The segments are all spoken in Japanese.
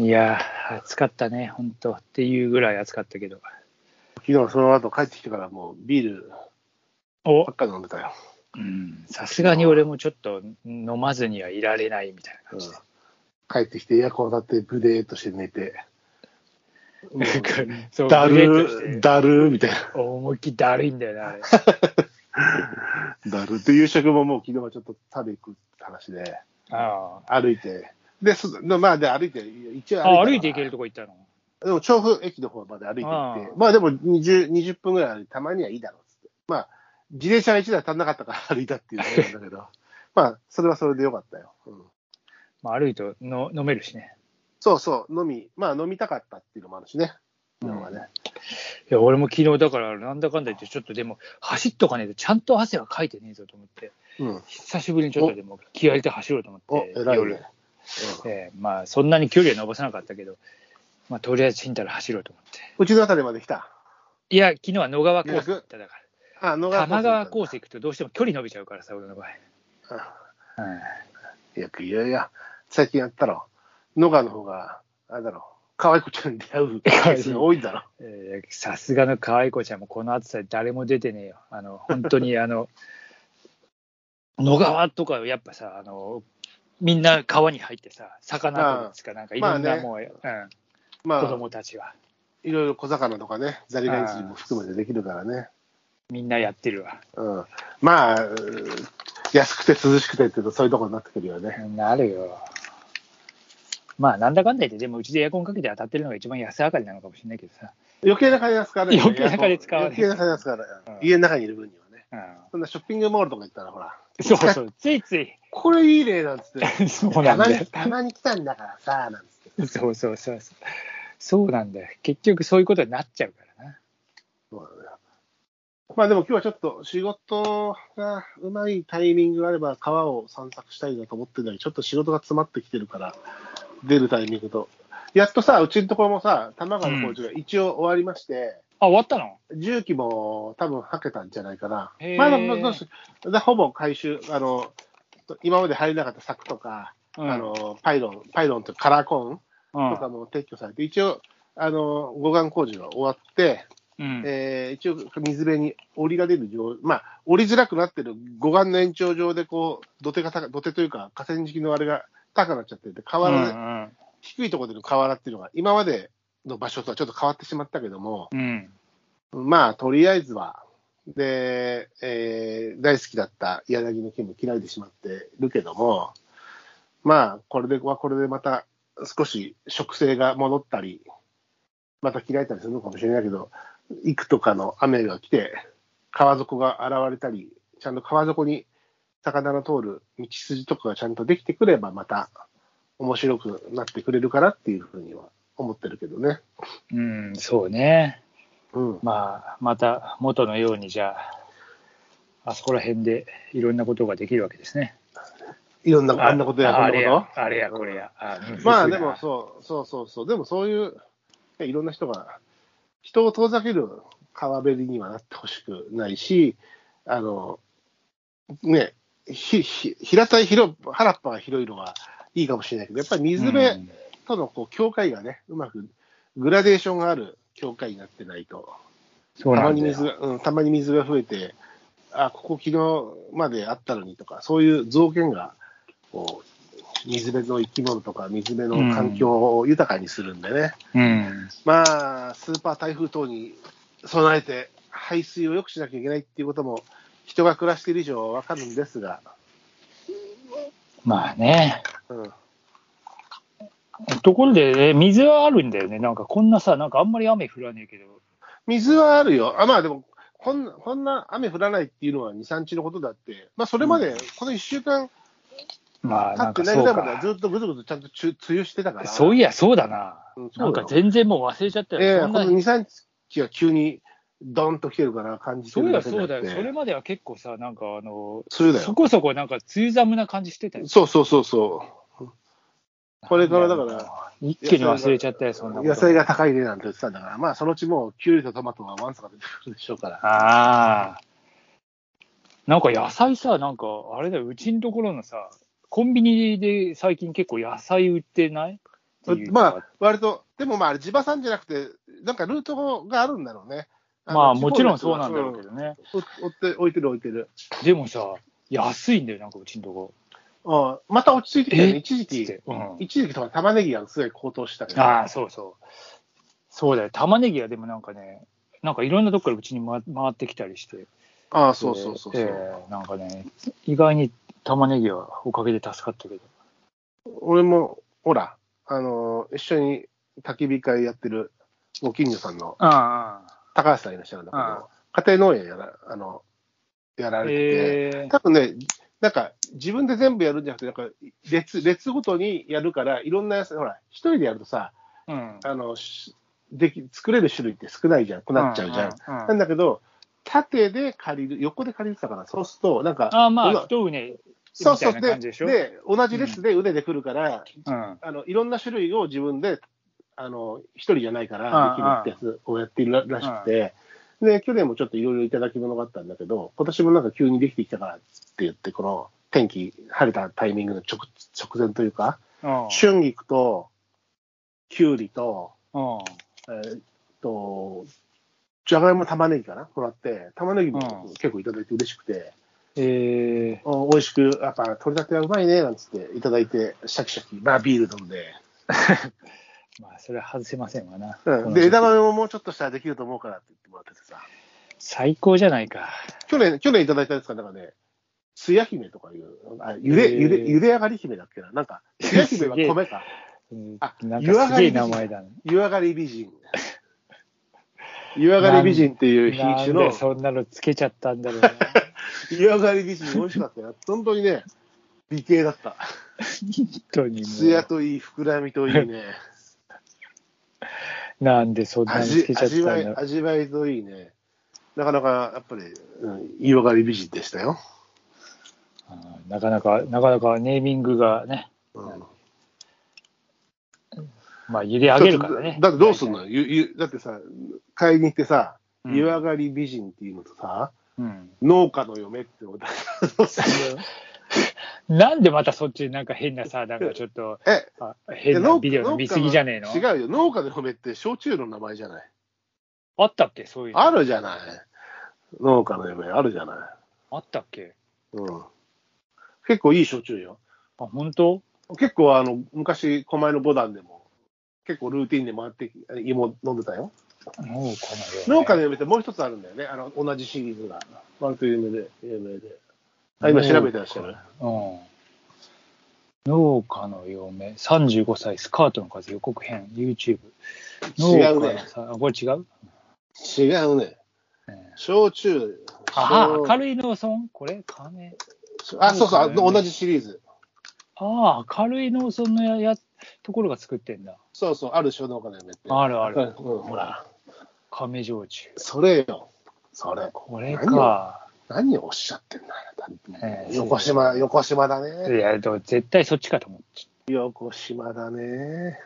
いや、暑かったね、本当っていうぐらい暑かったけど。 昨日その後帰ってきてからもうビールばっかり飲んでたよ。 さすがに俺もちょっと飲まずにはいられないみたいな感じで。 帰ってきてエアコン当たってブデーっとして寝て。 そうだブレッとしてるだるみたいな。 思いっきりだるいんだよね、あれ。 だるって夕食ももう昨日はちょっと食べ行くって話で、歩いて。で、まあで歩いて、一応歩いて行けるとこ行ったの？ でも調布駅の方まで歩いて行って、まあでも20分ぐらい歩いてたまにはいいだろうっつって。まあ、自転車が1台足んなかったから歩いたっていうだけなんだけど、まあ、それはそれでよかったよ。 まあ、歩いて飲めるしね。 そうそう、飲みたかったっていうのもあるしね。 いや俺も昨日だからなんだかんだ言ってちょっとでも走っとかねえとちゃんと汗はかいてねえぞと思って、久しぶりにちょっとでも気合入れて走ろうと思って夜、まあそんなに距離は伸ばさなかったけど、まあとりあえずちんたら走ろうと思って。 うちのあたりまで来た？いや昨日は野川コース行っただから。 玉川コース行くとどうしても距離伸びちゃうからさ俺の場合。 よく言うよ。最近やったろ。野川の方があれだろ。可愛い子ちゃんに出会うケースが多いんだろ。 さすがの可愛い子ちゃんもこの暑さで誰も出てねえよ。本当に野川とかやっぱさみんな川に入ってさ魚とかですかなんかいろんなもう、子供たちはいろいろ小魚とかねザリガニ釣りも含めてできるからね。 みんなやってるわ。 まあ安くて涼しくてっていうとそういうところになってくるよね。 なるよ。まあなんだかんだ言ってでもうちでエアコンかけて当たってるのが一番安上がりなのかもしれないけどさ。 余計な金が使わない、 余計な金使わない。 余計な金が使わない。家の中にいる分にはね。そんなショッピングモールとか行ったらほら。 そうついついこれいいねなんつって。 そうなんだよ。 たまに来たんだからさなんつって。 そうなんだよ。結局そういうことになっちゃうからな。 そうなんだよ。まあでも今日はちょっと仕事がうまいタイミングがあれば川を散策したいなと思ってるのにちょっと仕事が詰まってきてるから出るタイミングとやっとさうちのところもさ玉川の工事が一応終わりまして、 終わったの？ 重機も多分はけたんじゃないかな。まだほぼ回収今まで入れなかった柵とか、パイロンとカラーコーンとかも撤去されて、一応護岸工事が終わって。一応水辺に檻が出るまあ降りづらくなってる護岸の延長上でこう土手というか河川敷のあれが高くなっちゃってて河原で、低いところでの河原っていうのが今までの場所とはちょっと変わってしまったけども、まあとりあえずはで、大好きだった柳の木も切られてしまってるけども、まあこれでまた少し植生が戻ったりまた切られたりするのかもしれないけど、幾とかの雨が来て、川底が現れたり、ちゃんと川底に魚の通る道筋とかがちゃんとできてくれば、また面白くなってくれるかなっていうふうには思ってるけどね。 そうね。まあ、また元のように、じゃあそこら辺でいろんなことができるわけですね。 あんなことやこんなこと？ あれやこれや。 まあでもそう。でもそういう、いろんな人が、人を遠ざける川べりにはなってほしくないし、ね、原っぱが広いのはいいかもしれないけど、やっぱり水辺との境界がね、うまくグラデーションがある境界になってないと、たまに水が増えて、ここ昨日まであったのにとか、そういう造形がこう水辺の生き物とか水辺の環境を豊かにするんでね、まあスーパー台風等に備えて排水を良くしなきゃいけないっていうことも人が暮らしている以上わかるんですが、 まあね、ところで、水はあるんだよね。なんかこんなさ、なんかあんまり雨降らねえけど水はあるよ。まあでもこんな雨降らないっていうのは 2,3 日のことだって、まあそれまでこの1週間経ってないぐらいまではずっとぐずぐずちゃんと梅雨してたから。 そういや、そうだな。なんか全然もう忘れちゃったよ。 この2、3日は急にドンと来てるから感じてるだけで。 そうだよ。それまでは結構さ、なんかそこそこなんか梅雨寒な感じしてたよ。 そう。これからだから、 一気に忘れちゃったよ、そんなこと。 野菜が高いねなんて言ってたんだから、まあそのうちもうキュウリとトマトがワンサが出てくるでしょうから。 なんか野菜さ、なんかあれだよ、うちのところのさ、コンビニで最近結構野菜売ってない？ まあ、割と、でもまあ、地場産じゃなくて、なんかルートがあるんだろうね。 まあ、もちろんそうなんだろうけどね。 置いてる。 でもさ、安いんだよ、なんかうちのとこ。 また落ち着いてきたね。一時期とか玉ねぎがすごい高騰したけど。 ああ、そうそう。そうだよ。玉ねぎはでもなんかね、なんかいろんなとこからうちに回ってきたりして。 ああ、そう。 なんかね、意外に玉ねぎはおかげで助かったけど。 俺も、ほら、一緒に焚き火会やってるご近所さんの高橋さんいらっしゃるんだけど、家庭農園やられてて、多分ね、なんか自分で全部やるんじゃなくて、なんか列ごとにやるから、いろんなやつ、ほら、一人でやるとさ、作れる種類って少ないじゃん、なっちゃうじゃん。なんだけど、縦で借りる、横で借りてたから、そうすると、なんか、 一畝そうで、同じ列で畝で来るから、いろんな種類を自分で、一人じゃないからできるってやつをやっているらしくて、で、去年もちょっといろいろいただき物があったんだけど、今年もなんか急にできてきたからって言って、この天気、晴れたタイミングの直前というか、春菊と、きゅうりと、じゃがいも玉ねぎかなもらって、玉ねぎも結構いただいて嬉しくて、美味しく、やっぱ取り立てはうまいね、なんつっていただいて、シャキシャキ、まあビール飲んで。 まあ、それは外せませんわな。 で、枝豆ももうちょっとしたらできると思うからって言ってもらっててさ。 最高じゃないか。 去年いただいたやつが、なんかね、つや姫とかいう、ゆで上がり姫だっけな。なんか、つや姫は米か。 なんかすげえ名前だね。 湯上がり美人。湯上がり美人っていう品種の。 なんでそんなのつけちゃったんだろうな。 湯上がり美人美味しかったよ。本当にね、美形だった。 本当にもう。 つやといい、膨らみといいね。 なんでそんなにつけちゃったんだろう。 味わいといいね。なかなかやっぱり、湯上がり美人でしたよ。 なかなかネーミングがね。まあ、茹で上げるからね。 だってどうすんのだってさ、買いに行ってさ、湯上がり美人っていうのとさ、農家の嫁ってどうすんのなんでまたそっちなんか変なさ、なんかちょっと変なビデオの見過ぎじゃねえの？ 違うよ、農家の嫁って焼酎の名前じゃない。 あったっけそういうの。 あるじゃない。農家の嫁あるじゃない。 あったっけ？ 結構いい焼酎よ。 あ、本当？ 結構昔、狛江の五段でも、結構ルーティンで回って、芋飲んでたよ。農家の嫁ってもう一つあるんだよね。同じシリーズが。割と有名で。今調べてらっしゃる。 農家の嫁、35歳、スカートの数予告編、YouTube。 違うね。 これ違う？ 違うね。焼酎。 明るい農村これ金。 そう、同じシリーズ。 明るい農村のところが作ってんだ。 そう、あるでしょ、農家の嫁って。 ある。 ほら。 亀焼酎。 それよ。それ。 これか。 何をおっしゃってんだ横島だね。 いや、絶対そっちかと思って。 横島だね。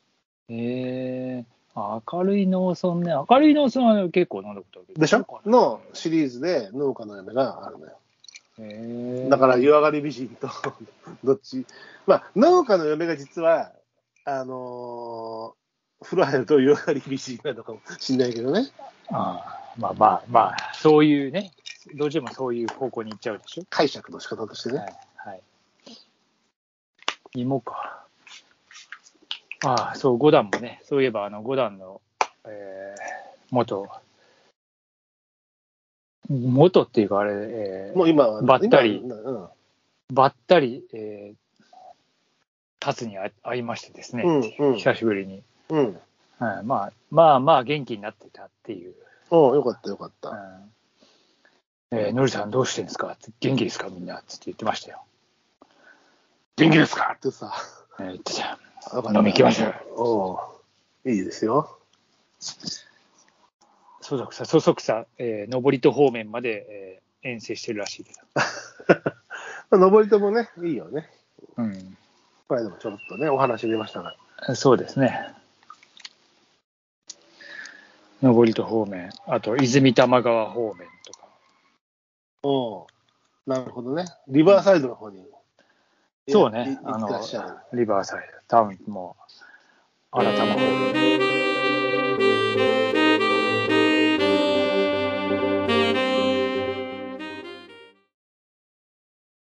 明るい農村ね。明るい農村は結構飲んだことあるけど。 でしょのシリーズで農家の嫁があるのよ。だから湯上がり美人とどっち。まあ、農家の嫁が実は、風呂入ると湯上がり美人なのかもしれないけどね。 まあ、そういうね。どうしてもそういう方向に行っちゃうでしょ。 解釈の仕方としてね。 はい。芋か。そう、五段もね、そういえば五段の、元っていうかあれ、 もう今はばったり、立つに会いましてですね、久しぶりに。まあ、元気になってたっていう。 よかった。 のりさんどうしてんですか元気ですかみんなって言ってましたよ。 元気ですかってさ。 言ってた。飲み行きましょう。いいですよ。 そそくさ、登戸方面まで、遠征してるらしいけど。登戸もね、いいよね。これでもちょっとね、お話出ましたが。 そうですね。登戸方面、あと泉多摩川方面とか。 なるほどね。リバーサイドの方に。 そうね。リバーサイド。多分も新たまホール。